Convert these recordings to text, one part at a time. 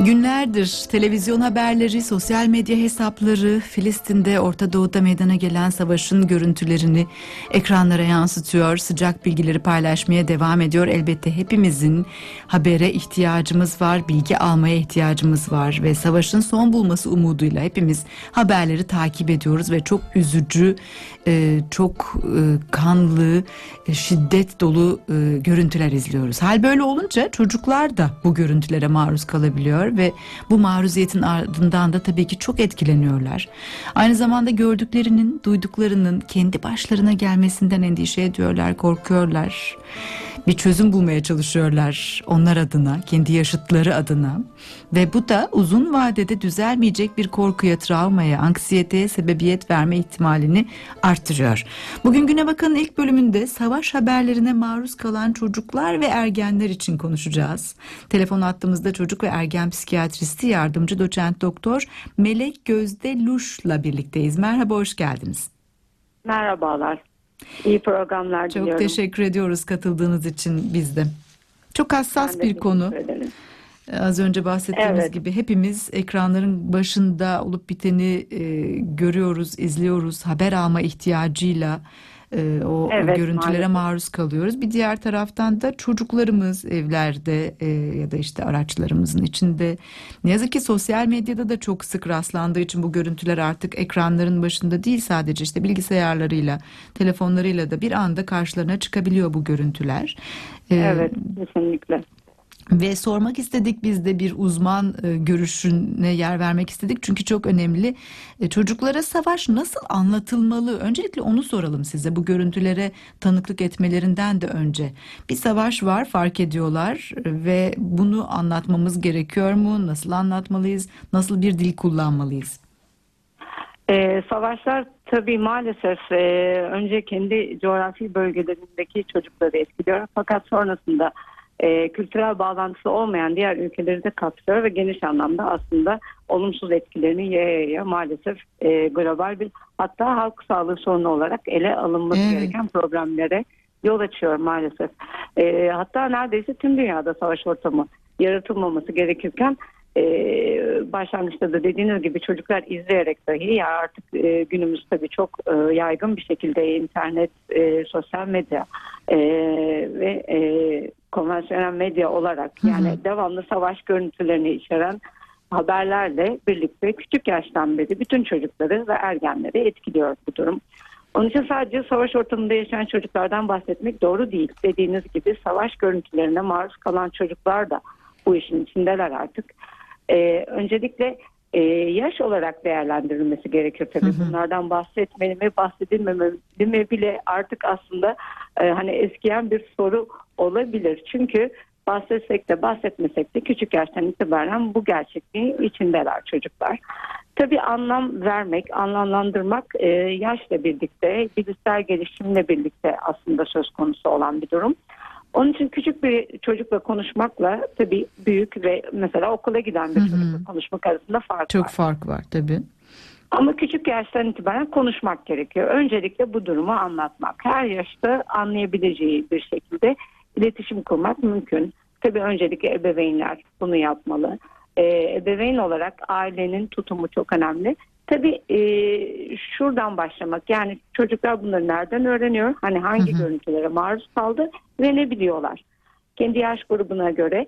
Günlerdir televizyon haberleri, sosyal medya hesapları Filistin'de, Orta Doğu'da meydana gelen savaşın görüntülerini ekranlara yansıtıyor. Sıcak bilgileri paylaşmaya devam ediyor. Elbette hepimizin habere ihtiyacımız var, bilgi almaya ihtiyacımız var ve savaşın son bulması umuduyla hepimiz haberleri takip ediyoruz ve çok üzücü, çok kanlı, şiddet dolu görüntüler izliyoruz. Hal böyle olunca çocuklar da bu görüntülere maruz kalabiliyor ve bu maruziyetin ardından da tabii ki çok etkileniyorlar. Aynı zamanda gördüklerinin, duyduklarının kendi başlarına gelmesinden endişe ediyorlar, korkuyorlar. Bir çözüm bulmaya çalışıyorlar onlar adına, kendi yaşıtları adına. Ve bu da uzun vadede düzelmeyecek bir korkuya, travmaya, anksiyeteye sebebiyet verme ihtimalini arttırıyor. Bugün Güne Bakan'ın ilk bölümünde savaş haberlerine maruz kalan çocuklar ve ergenler için konuşacağız. Telefon hattımızda çocuk ve ergen psikiyatristi yardımcı doçent doktor Melek Gözde Luş'la birlikteyiz. Merhaba, hoş geldiniz. Merhabalar. İyi programlar diliyorum. Çok teşekkür ediyoruz katıldığınız için biz de. Çok hassas bir konu. Az önce bahsettiğimiz gibi hepimiz ekranların başında olup biteni görüyoruz, izliyoruz. Haber alma ihtiyacıyla o görüntülere maalesef maruz kalıyoruz. Bir diğer taraftan da çocuklarımız evlerde ya da işte araçlarımızın içinde. Ne yazık ki sosyal medyada da çok sık rastlandığı için bu görüntüler artık ekranların başında değil, sadece işte bilgisayarlarıyla, telefonlarıyla da bir anda karşılarına çıkabiliyor bu görüntüler. Evet, kesinlikle. Ve sormak istedik, biz de bir uzman görüşüne yer vermek istedik. Çünkü çok önemli. Çocuklara savaş nasıl anlatılmalı? Öncelikle onu soralım size. Bu görüntülere tanıklık etmelerinden de önce. Bir savaş var, fark ediyorlar ve bunu anlatmamız gerekiyor mu? Nasıl anlatmalıyız? Nasıl bir dil kullanmalıyız? Savaşlar tabii maalesef önce kendi coğrafi bölgelerindeki çocukları etkiliyor. Fakat sonrasında kültürel bağlantısı olmayan diğer ülkeleri de kapsıyor ve geniş anlamda aslında olumsuz etkilerini yaya maalesef global bir, hatta halk sağlığı sorunu olarak ele alınması gereken problemlere yol açıyor maalesef. Hatta neredeyse tüm dünyada savaş ortamı yaratılmaması gerekirken başlangıçta da dediğiniz gibi çocuklar izleyerek dahi, ya artık günümüz tabii çok yaygın bir şekilde internet, sosyal medya ve konvansiyonel medya olarak yani devamlı savaş görüntülerini içeren haberlerle birlikte küçük yaştan beri bütün çocukları ve ergenleri etkiliyor bu durum. Onun için sadece savaş ortamında yaşayan çocuklardan bahsetmek doğru değil. Dediğiniz gibi savaş görüntülerine maruz kalan çocuklar da bu işin içindeler artık. Öncelikle yaş olarak değerlendirilmesi gerekiyor tabii. Bunlardan bahsetmeli mi, bahsedilmemeli mi bile artık aslında hani eskiyen bir soru olabilir. Çünkü bahsetsek de bahsetmesek de küçük yaştan itibaren bu gerçekliğin içindeler çocuklar. Tabii anlam vermek, anlamlandırmak yaşla birlikte, bilişsel gelişimle birlikte aslında söz konusu olan bir durum. Onun için küçük bir çocukla konuşmakla tabii büyük ve mesela okula giden bir çocukla konuşmak arasında fark var. Çok fark var tabii. Ama küçük yaştan itibaren konuşmak gerekiyor. Öncelikle bu durumu anlatmak. Her yaşta anlayabileceği bir şekilde iletişim kurmak mümkün. Tabii öncelikle ebeveynler bunu yapmalı. Ebeveyn olarak ailenin tutumu çok önemli. Tabii şuradan başlamak, yani çocuklar bunları nereden öğreniyor? Hani hangi görüntülere maruz kaldı ve ne biliyorlar? Kendi yaş grubuna göre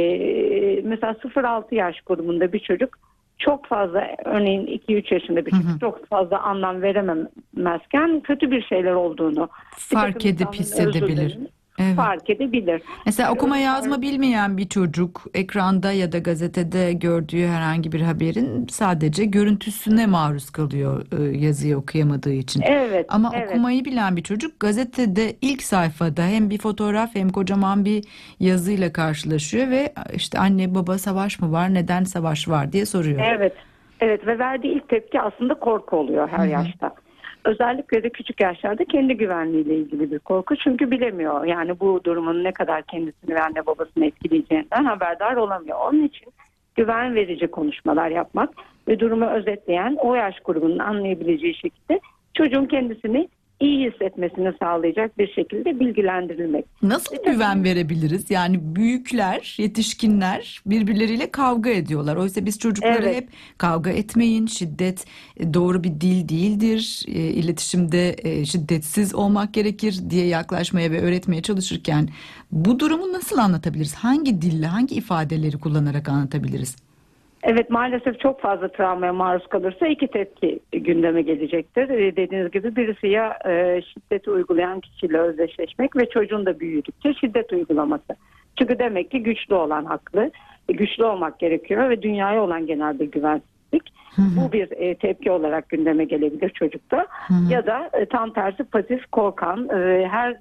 mesela 0-6 yaş grubunda bir çocuk çok fazla, örneğin 2-3 yaşında bir çocuk çok fazla anlam verememezken kötü bir şeyler olduğunu fark edip hissedebilir. Evet. Fark edebilir. Mesela okuma yazma bilmeyen bir çocuk ekranda ya da gazetede gördüğü herhangi bir haberin sadece görüntüsüne maruz kalıyor yazıyı okuyamadığı için. Evet. Ama okumayı bilen bir çocuk gazetede ilk sayfada hem bir fotoğraf hem kocaman bir yazıyla karşılaşıyor ve işte anne baba savaş mı var, neden savaş var diye soruyor. Evet. Evet ve verdiği ilk tepki aslında korku oluyor her yaşta. Özellikle de küçük yaşlarda kendi güvenliğiyle ilgili bir korku. Çünkü bilemiyor. Yani bu durumun ne kadar kendisini ve anne babasını etkileyeceğinden haberdar olamıyor. Onun için güven verici konuşmalar yapmak ve durumu özetleyen, o yaş grubunun anlayabileceği şekilde çocuğun kendisini iyi hissetmesini sağlayacak bir şekilde bilgilendirilmek. Nasıl güven verebiliriz? Yani büyükler, yetişkinler birbirleriyle kavga ediyorlar. Oysa biz çocuklara Evet. hep kavga etmeyin, şiddet doğru bir dil değildir, iletişimde şiddetsiz olmak gerekir diye yaklaşmaya ve öğretmeye çalışırken bu durumu nasıl anlatabiliriz? Hangi dille, hangi ifadeleri kullanarak anlatabiliriz? Evet, maalesef çok fazla travmaya maruz kalırsa iki tepki gündeme gelecektir. Dediğiniz gibi birisi ya şiddeti uygulayan kişiyle özdeşleşmek ve çocuğun da büyüdükçe şiddet uygulaması. Çünkü demek ki güçlü olan haklı, güçlü olmak gerekiyor ve dünyaya olan genel bir güvensizlik. Bu bir tepki olarak gündeme gelebilir çocukta. Ya da tam tersi pasif, korkan, her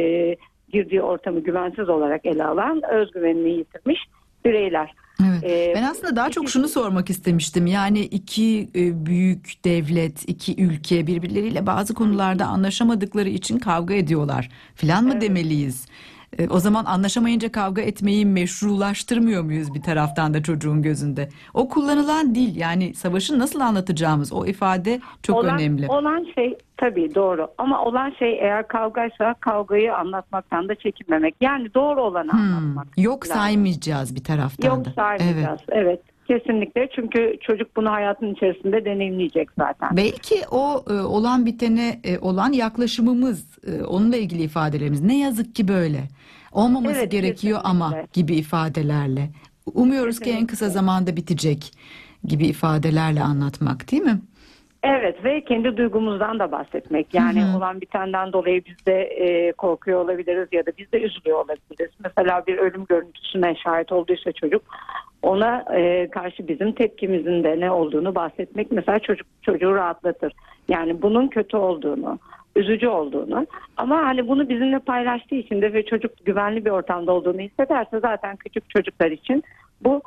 girdiği ortamı güvensiz olarak ele alan, özgüvenini yitirmiş bireyler. Evet. Ben aslında daha çok şunu sormak istemiştim. Yani iki büyük devlet, iki ülke birbirleriyle bazı konularda anlaşamadıkları için kavga ediyorlar filan mı demeliyiz? O zaman anlaşamayınca kavga etmeyi meşrulaştırmıyor muyuz bir taraftan da çocuğun gözünde? O kullanılan dil, yani savaşı nasıl anlatacağımız o ifade çok önemli. Olan şey tabii doğru, ama olan şey eğer kavgaysa kavgayı anlatmaktan da çekinmemek. Yani doğru olanı anlatmak. Yok saymayacağız bir taraftan Yok da. saymayacağız. Evet. Kesinlikle, çünkü çocuk bunu hayatın içerisinde deneyimleyecek zaten. Belki o olan bitene olan yaklaşımımız, onunla ilgili ifadelerimiz ne yazık ki böyle. Olmaması Evet, gerekiyor kesinlikle. ama gibi ifadelerle. Umuyoruz ki en kısa zamanda bitecek gibi ifadelerle anlatmak, değil mi? Evet, ve kendi duygumuzdan da bahsetmek. Yani olan bitenden dolayı biz de korkuyor olabiliriz ya da biz de üzülüyor olabiliriz. Mesela bir ölüm görüntüsüne şahit olduysa çocuk, ona karşı bizim tepkimizin de ne olduğunu bahsetmek mesela çocuğu rahatlatır. Yani bunun kötü olduğunu, üzücü olduğunu, ama hani bunu bizimle paylaştığı için de ve çocuk güvenli bir ortamda olduğunu hissederse zaten küçük çocuklar için bu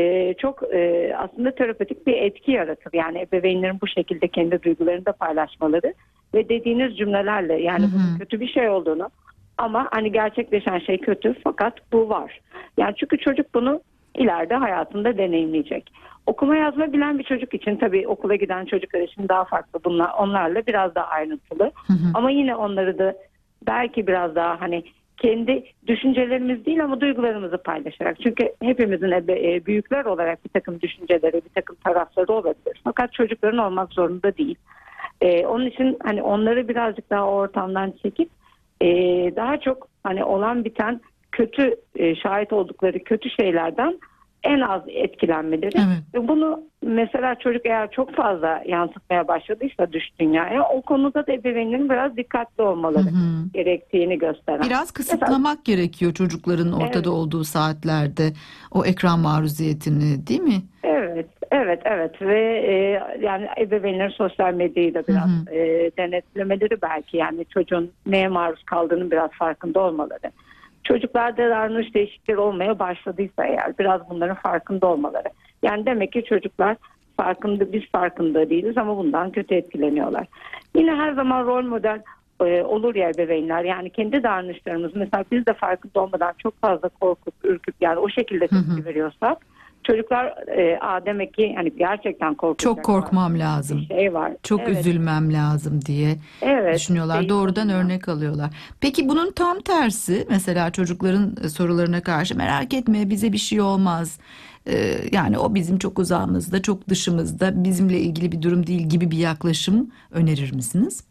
çok aslında terapötik bir etki yaratır. Yani ebeveynlerin bu şekilde kendi duygularını da paylaşmaları ve dediğiniz cümlelerle, yani bunun kötü bir şey olduğunu, ama hani gerçekleşen şey kötü fakat bu var. Yani çünkü çocuk bunu ileride hayatında deneyimleyecek. Okuma yazma bilen bir çocuk için, tabii okula giden çocuklar için daha farklı, bunlar onlarla biraz daha ayrıntılı. Ama yine onları da belki biraz daha hani kendi düşüncelerimiz değil ama duygularımızı paylaşarak. Çünkü hepimizin büyükler olarak bir takım düşünceleri, bir takım tarafları olabilir. Fakat çocukların olmak zorunda değil. Onun için hani onları birazcık daha o ortamdan çekip daha çok hani olan biten kötü, şahit oldukları kötü şeylerden en az etkilenmeleri. Evet. Ve bunu mesela çocuk eğer çok fazla yansıtmaya başladıysa dış dünyaya, o konuda da ebeveynlerin biraz dikkatli olmaları gerektiğini gösteren. Biraz kısıtlamak gerekiyor çocukların ortada olduğu saatlerde o ekran maruziyetini, değil mi? Evet ve yani ebeveynlerin sosyal medyayı da biraz denetlemeleri, belki yani çocuğun neye maruz kaldığının biraz farkında olmaları. Çocuklarda davranış değişiklikleri olmaya başladıysa eğer biraz bunların farkında olmaları. Yani demek ki çocuklar farkında, biz farkında değiliz ama bundan kötü etkileniyorlar. Yine her zaman rol model olur ya ebeveynler. Yani kendi davranışlarımız, mesela biz de farkında olmadan çok fazla korkup ürküp yani o şekilde tepki veriyorsak, çocuklar demek ki yani gerçekten korkacaklar. Çok korkmam lazım. Bir şey var. Çok üzülmem lazım diye düşünüyorlar. Doğrudan örnek alıyorlar. Peki bunun tam tersi, mesela çocukların sorularına karşı merak etme, bize bir şey olmaz. Yani o bizim çok uzağımızda, çok dışımızda, bizimle ilgili bir durum değil gibi bir yaklaşım önerir misiniz?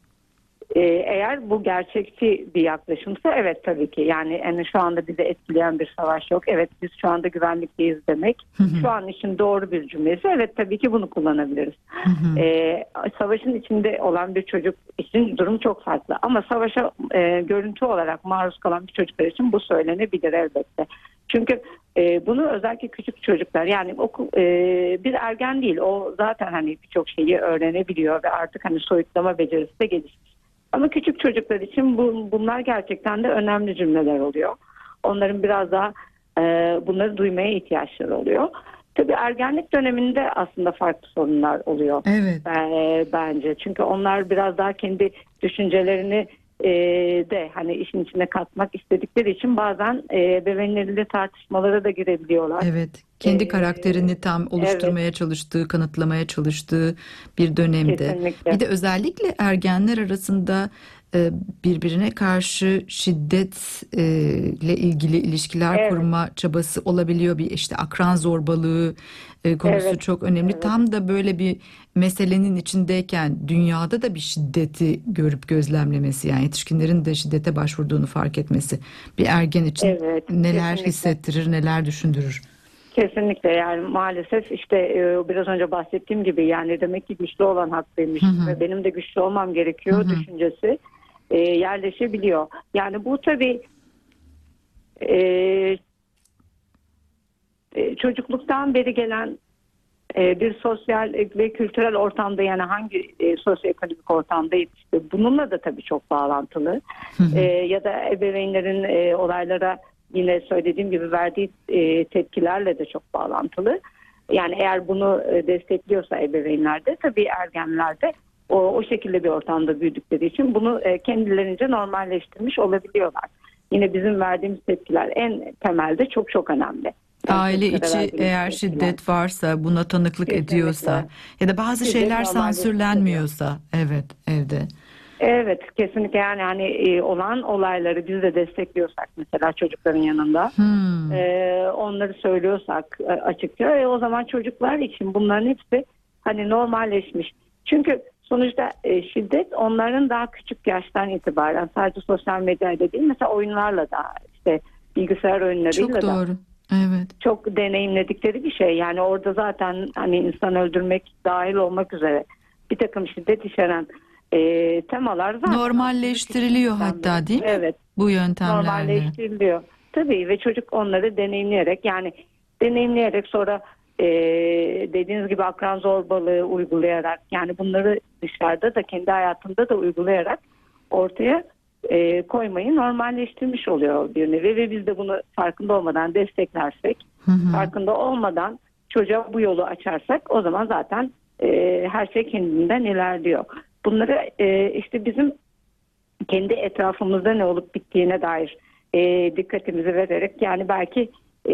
Eğer bu gerçekçi bir yaklaşımsa evet, tabii ki. Yani şu anda bizi etkileyen bir savaş yok. Evet, biz şu anda güvenlikteyiz demek. Şu an için doğru bir cümlesi. Evet, tabii ki bunu kullanabiliriz. Savaşın içinde olan bir çocuk için durum çok farklı. Ama savaşa görüntü olarak maruz kalan bir çocuklar için bu söylenebilir elbette. Çünkü bunu özellikle küçük çocuklar, yani bir ergen değil, o zaten hani birçok şeyi öğrenebiliyor ve artık hani soyutlama becerisi de gelişmiş. Ama küçük çocuklar için bunlar gerçekten de önemli cümleler oluyor. Onların biraz daha bunları duymaya ihtiyaçları oluyor. Tabii ergenlik döneminde aslında farklı sorunlar oluyor. Evet. Bence. Çünkü onlar biraz daha kendi düşüncelerini de hani işin içine katmak istedikleri için bazen ebeveynleriyle tartışmalara da girebiliyorlar. Evet. Kendi karakterini tam oluşturmaya çalıştığı, kanıtlamaya çalıştığı bir dönemde. Kesinlikle. Bir de özellikle ergenler arasında birbirine karşı şiddetle ilgili ilişkiler Evet, kurma çabası olabiliyor. Bir işte akran zorbalığı konusu evet, çok önemli. evet, Tam da böyle bir meselenin içindeyken dünyada da bir şiddeti görüp gözlemlemesi, yani yetişkinlerin de şiddete başvurduğunu fark etmesi bir ergen için evet, neler kesinlikle. hissettirir, neler düşündürür. Kesinlikle, yani maalesef işte biraz önce bahsettiğim gibi, yani demek ki güçlü olan haklıymış Hı hı, ve benim de güçlü olmam hı gerekiyor hı. düşüncesi yerleşebiliyor. Yani bu tabii e, çocukluktan beri gelen bir sosyal ve kültürel ortamda, yani hangi sosyoekonomik ortamda yetişti, bununla da tabii çok bağlantılı. Hı hı. Ya da ebeveynlerin olaylara yine söylediğim gibi verdiği tepkilerle de çok bağlantılı. Yani eğer bunu destekliyorsa ebeveynler de, tabii ergenler de o şekilde bir ortamda büyüdükleri için bunu kendilerince normalleştirmiş olabiliyorlar. Yine bizim verdiğimiz tepkiler en temelde çok çok önemli. Yani Aile çocuklara içi verdiğimiz eğer tepkiler. şiddet varsa, buna tanıklık ediyorsa Kesinlikle. ya da bazı Şiddet şeyler normalleştiriliyor. sansürlenmiyorsa, evet, evde. Evet, kesinlikle, yani hani olan olayları biz de destekliyorsak mesela çocukların yanında, Hmm. onları söylüyorsak açıkça, o zaman çocuklar için bunların hepsi hani normalleşmiş. Çünkü sonuçta şiddet onların daha küçük yaştan itibaren, sadece sosyal medyayla değil, mesela oyunlarla da, işte bilgisayar Çok oyunlarıyla da doğru. Evet. çok deneyimledikleri bir şey. Yani orada zaten hani insan öldürmek dahil olmak üzere bir takım şiddet içeren temalar zaten aslında Normalleştiriliyor küçüklükten beri. hatta, değil mi? Evet, Bu yöntemlerle. normalleştiriliyor. Tabii, ve çocuk onları deneyimleyerek, yani deneyimleyerek sonra e, dediğiniz gibi akran zorbalığı uygulayarak, yani bunları dışarıda da kendi hayatında da uygulayarak ortaya koymayı normalleştirmiş oluyor bir nevi, ve biz de bunu farkında olmadan desteklersek, Hı hı. farkında olmadan çocuğa bu yolu açarsak, o zaman zaten her şey kendinden ilerliyor. Bunları işte bizim kendi etrafımızda ne olup bittiğine dair dikkatimizi vererek, yani belki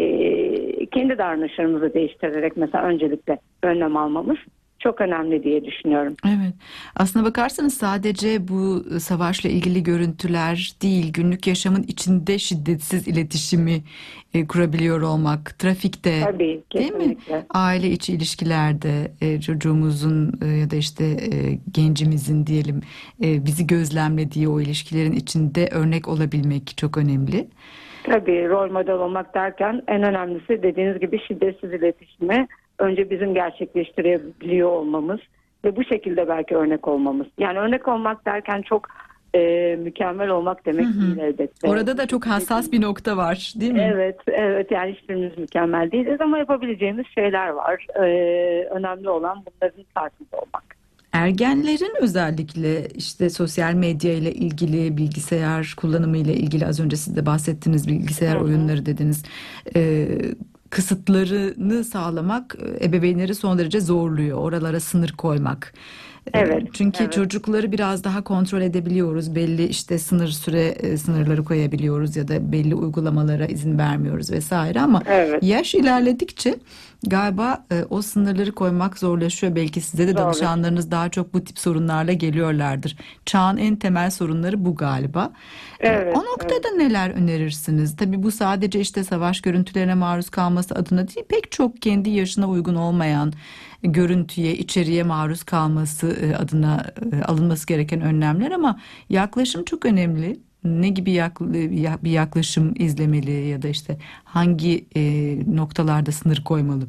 kendi davranışlarımızı değiştirerek mesela öncelikle önlem almamız çok önemli diye düşünüyorum. Evet. Aslına bakarsanız sadece bu savaşla ilgili görüntüler değil, günlük yaşamın içinde şiddetsiz iletişimi kurabiliyor olmak, trafikte, Tabii, değil mi? kesinlikle. Aile içi ilişkilerde çocuğumuzun ya da işte gencimizin diyelim bizi gözlemlediği o ilişkilerin içinde örnek olabilmek çok önemli. Tabii, rol model olmak derken en önemlisi, dediğiniz gibi, şiddetsiz iletişimi önce bizim gerçekleştirebiliyor olmamız ve bu şekilde belki örnek olmamız. Yani örnek olmak derken çok mükemmel olmak Hı demek hı. değil elbette. Orada Bu da çok şekilde hassas değil. bir nokta var, değil mi? Evet, evet, yani hiçbirimiz mükemmel değiliz ama yapabileceğimiz şeyler var. Önemli olan bunların farkında olmak. Ergenlerin özellikle işte sosyal medya ile ilgili, bilgisayar kullanımı ile ilgili, az önce siz de bahsettiniz, bilgisayar Hı hı. oyunları dediniz. Ee, Kısıtlarını sağlamak ebeveynleri son derece zorluyor. Oralara sınır koymak. Evet, Çünkü evet, çocukları biraz daha kontrol edebiliyoruz. Belli işte sınırları koyabiliyoruz ya da belli uygulamalara izin vermiyoruz vesaire, ama evet. yaş ilerledikçe galiba o sınırları koymak zorlaşıyor. Belki size de Zorlaşıyor. danışanlarınız daha çok bu tip sorunlarla geliyorlardır. Çağın en temel sorunları bu galiba. O Evet, evet. noktada neler önerirsiniz? Tabii bu sadece işte savaş görüntülerine maruz kalması adına değil, pek çok kendi yaşına uygun olmayan görüntüye, içeriğe maruz kalması adına alınması gereken önlemler, ama yaklaşım çok önemli. Ne gibi bir yaklaşım izlemeli ya da işte hangi noktalarda sınır koymalı?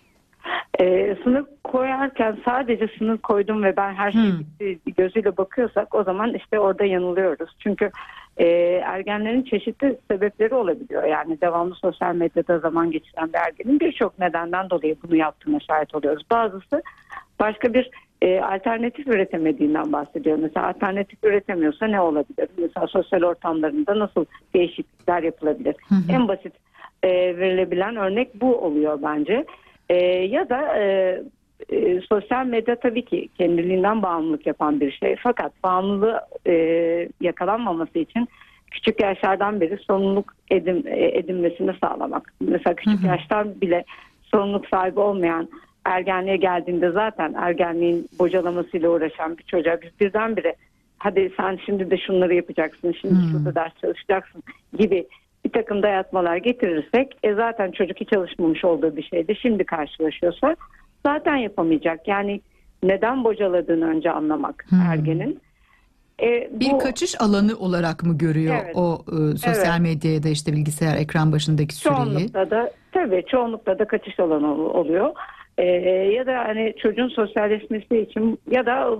Sınır koyarken sadece sınır koydum ve ben her şey Hmm. bitti gözüyle bakıyorsak, o zaman işte orada yanılıyoruz. Çünkü ergenlerin çeşitli sebepleri olabiliyor. Yani devamlı sosyal medyada zaman geçiren bir ergenin birçok nedenden dolayı bunu yaptığına şahit oluyoruz. Bazısı başka bir alternatif üretemediğinden bahsediyor. Mesela alternatif üretemiyorsa ne olabilir? Mesela sosyal ortamlarında nasıl değişiklikler yapılabilir? Hı hı. En basit verilebilen örnek bu oluyor bence. Ya da sosyal medya tabii ki kendiliğinden bağımlılık yapan bir şey. Fakat bağımlılığı yakalanmaması için küçük yaşlardan beri sorumluluk edinmesini sağlamak. Mesela Hı küçük hı. yaştan bile sorumluluk sahibi olmayan, ergenliğe geldiğinde zaten ergenliğin bocalamasıyla uğraşan bir çocuğa biz birdenbire hadi sen şimdi de şunları yapacaksın, şimdi şurada ders çalışacaksın gibi bir takım dayatmalar getirirsek zaten çocuk hiç çalışmamış olduğu bir şeyde şimdi karşılaşıyorsa zaten yapamayacak. Yani neden bocaladığını önce anlamak ergenin. Bir kaçış alanı olarak mı görüyor Evet, o sosyal evet. medyaya da işte bilgisayar ekran başındaki süreyi? Çoğunlukla da kaçış alanı oluyor. Ya da hani çocuğun sosyalleşmesi için ya da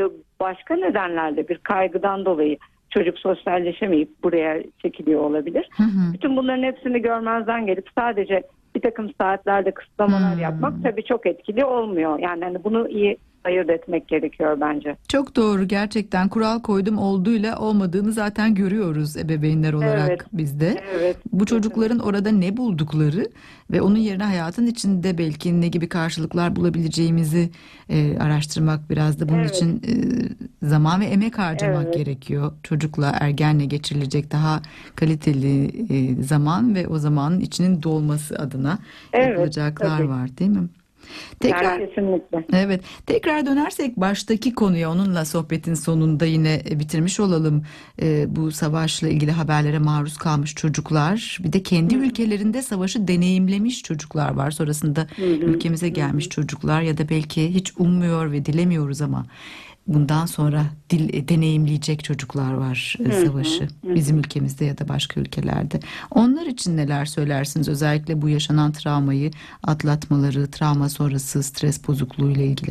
başka nedenlerle bir kaygıdan dolayı çocuk sosyalleşemeyip buraya çekiliyor olabilir. Bütün bunların hepsini görmezden gelip sadece bir takım saatlerde kısıtlamalar yapmak tabii çok etkili olmuyor. Yani hani bunu iyi ayırt etmek gerekiyor bence. Çok doğru, gerçekten kural koydum olduğuyla olmadığını zaten görüyoruz ebeveynler Evet, olarak bizde. evet, Bu çocukların kesinlikle. orada ne buldukları ve onun yerine hayatın içinde belki ne gibi karşılıklar bulabileceğimizi araştırmak, biraz da bunun Evet, için zaman ve emek harcamak evet, gerekiyor. Çocukla ergenle geçirilecek daha kaliteli zaman ve o zamanın içinin dolması adına evet, yapılacaklar tabii. var, değil mi? Yani Tekrar kesinlikle. Evet, tekrar dönersek baştaki konuya, onunla sohbetin sonunda yine bitirmiş olalım. Bu savaşla ilgili haberlere maruz kalmış çocuklar, bir de kendi Hı ülkelerinde savaşı deneyimlemiş çocuklar var. Sonrasında hı, hı ülkemize hı, gelmiş çocuklar ya da belki hiç ummuyor ve dilemiyoruz ama bundan sonra deneyimleyecek çocuklar var hı hı, savaşı, hı bizim hı. ülkemizde ya da başka ülkelerde. Onlar için neler söylersiniz? Özellikle bu yaşanan travmayı atlatmaları, travma sonrası stres bozukluğu ile ilgili.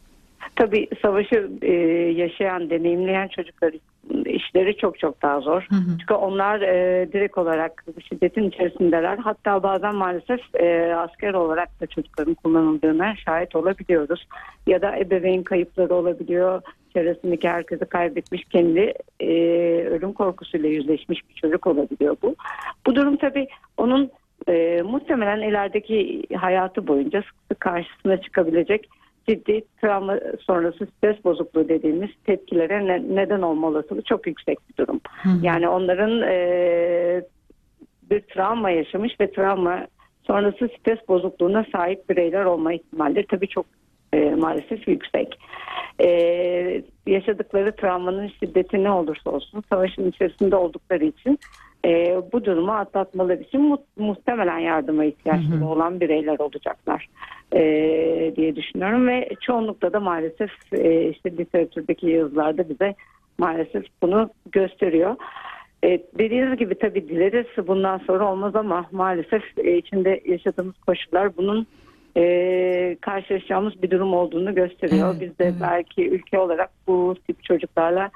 Tabii savaşı yaşayan, deneyimleyen çocuklar işleri çok çok daha zor. Hı hı. Çünkü onlar direkt olarak bu şiddetin içerisindeler. Hatta bazen maalesef asker olarak da çocukların kullanıldığına şahit olabiliyoruz. Ya da ebeveyn kayıpları olabiliyor. Çevresindeki herkesi kaybetmiş, kendi ölüm korkusuyla yüzleşmiş bir çocuk olabiliyor bu. Bu durum tabii onun muhtemelen ilerideki hayatı boyunca sık sık karşısına çıkabilecek ciddi travma sonrası stres bozukluğu dediğimiz tepkilere neden olma olasılığı çok yüksek bir durum. Hı hı. Yani onların bir travma yaşamış ve travma sonrası stres bozukluğuna sahip bireyler olma ihtimalleri tabii çok maalesef yüksek. Yaşadıkları travmanın şiddeti ne olursa olsun savaşın içerisinde oldukları için bu durumu atlatmaları için muhtemelen yardıma ihtiyaçları olan bireyler olacaklar diye düşünüyorum ve çoğunlukla da maalesef işte literatürdeki yazılarda bize maalesef bunu gösteriyor. Dediğiniz gibi tabii dileriz bundan sonra olmaz ama maalesef içinde yaşadığımız koşullar bunun karşılaşacağımız bir durum olduğunu gösteriyor. Evet, Biz de evet. belki ülke olarak bu tip çocuklarla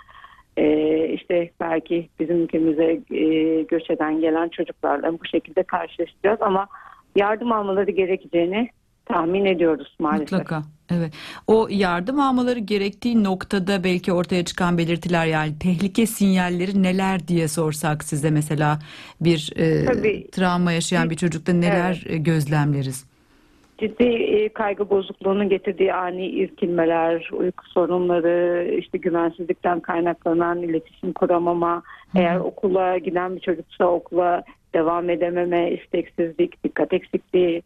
işte belki bizim ülkemize göç eden gelen çocuklarla bu şekilde karşılaşacağız ama yardım almaları gerekeceğini tahmin ediyoruz maalesef. Mutlaka. Evet. O yardım almaları gerektiği noktada belki ortaya çıkan belirtiler, yani tehlike sinyalleri neler diye sorsak size, mesela bir Tabii travma yaşayan bir çocukta evet. neler gözlemleriz? Ciddi kaygı bozukluğunun getirdiği ani irkilmeler, uyku sorunları, işte güvensizlikten kaynaklanan iletişim kuramama, eğer okula giden bir çocuksa okula devam edememe, isteksizlik, dikkat eksikliği,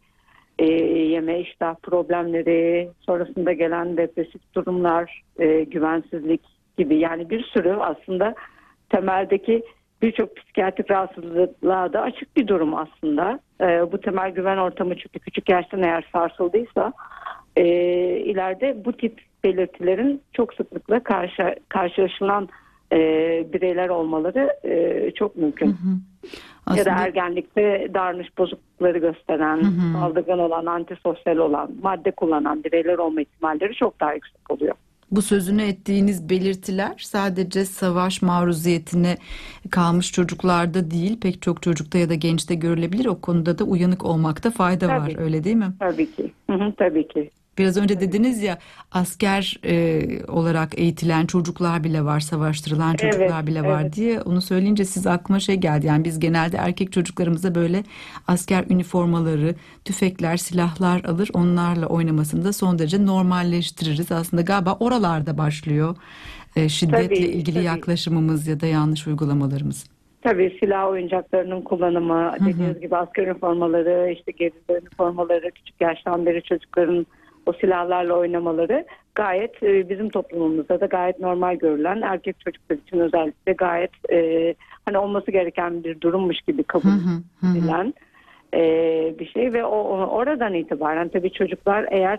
yeme iştah problemleri, sonrasında gelen depresif durumlar, güvensizlik gibi, yani bir sürü aslında temeldeki birçok psikiyatrik rahatsızlığa da açık bir durum aslında. Bu temel güven ortamı çünkü küçük yaştan eğer sarsıldıysa ileride bu tip belirtilerin çok sıklıkla karşılaşılan bireyler olmaları çok mümkün. Ya da Aslında ergenlikte davranış bozuklukları gösteren, saldırgan olan, antisosyal olan, madde kullanan bireyler olma ihtimalleri çok daha yüksek oluyor. bu sözünü ettiğiniz belirtiler sadece savaş maruziyetine kalmış çocuklarda değil, pek çok çocukta ya da gençte görülebilir. O konuda da uyanık olmakta fayda var, Tabii, öyle değil mi? tabii ki. Hı hı, tabii ki. Biraz önce Tabii ki. dediniz ya, asker olarak eğitilen çocuklar bile var, savaştırılan Evet, çocuklar bile var evet. diye, onu söyleyince siz aklıma şey geldi. Yani biz genelde erkek çocuklarımıza böyle asker üniformaları, tüfekler, silahlar alır, onlarla oynamasını da son derece normalleştiririz. Aslında galiba oralarda başlıyor şiddetle Tabii, ilgili tabii. yaklaşımımız ya da yanlış uygulamalarımız. Tabii silah oyuncaklarının kullanımı, Hı hı. dediğiniz gibi asker üniformaları, işte gerilla üniformaları, küçük yaştan beri çocukların o silahlarla oynamaları gayet bizim toplumumuzda da gayet normal görülen, erkek çocuklar için özellikle gayet hani olması gereken bir durummuş gibi kabul edilen bir şey ve oradan itibaren tabii çocuklar eğer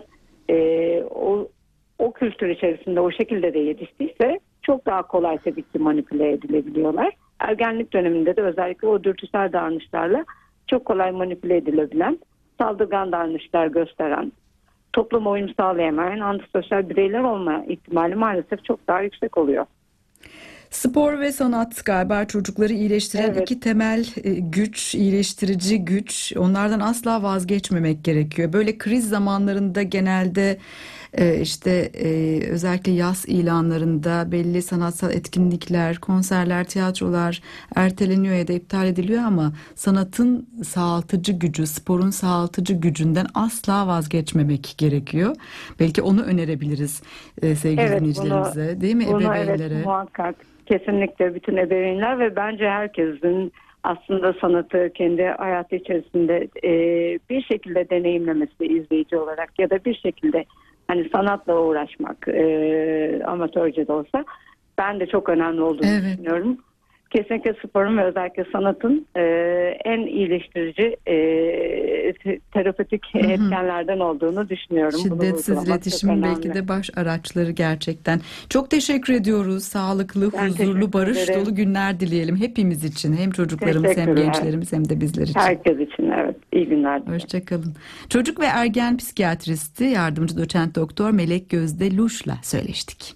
o kültür içerisinde o şekilde de yetiştiyse çok daha kolay tabii ki manipüle edilebiliyorlar. Ergenlik döneminde de özellikle o dürtüsel davranışlarla çok kolay manipüle edilebilen, saldırgan davranışlar gösteren, topluma uyum sağlayamayan antisosyal bireyler olma ihtimali maalesef çok daha yüksek oluyor. Spor ve sanat galiba çocukları iyileştiren Evet. iki temel güç, iyileştirici güç. Onlardan asla vazgeçmemek gerekiyor. Böyle kriz zamanlarında genelde özellikle yaz ilanlarında belli sanatsal etkinlikler, konserler, tiyatrolar erteleniyor ya da iptal ediliyor ama sanatın sağaltıcı gücü, sporun sağaltıcı gücünden asla vazgeçmemek gerekiyor. Belki onu önerebiliriz sevgili Evet, dinleyicilerimize, değil mi, ebeveynlere? evet, muhakkak. Kesinlikle bütün ebeveynler ve bence herkesin aslında sanatı kendi hayatı içerisinde bir şekilde deneyimlemesi izleyici olarak ya da bir şekilde hani sanatla uğraşmak amatörce de olsa ben de çok önemli olduğunu düşünüyorum. Kesinlikle sporun ve özellikle sanatın en iyileştirici terapötik etkenlerden olduğunu düşünüyorum. Şiddetsiz iletişim belki de baş araçları gerçekten. Çok teşekkür ediyoruz. Sağlıklı, huzurlu, barış dolu günler dileyelim hepimiz için. Hem çocuklarımız hem gençlerimiz hem de bizler için. Herkes için, evet. İyi günler. Hoşçakalın. Çocuk ve ergen psikiyatristi yardımcı doçent doktor Melek Gözde Luş'la söyleştik.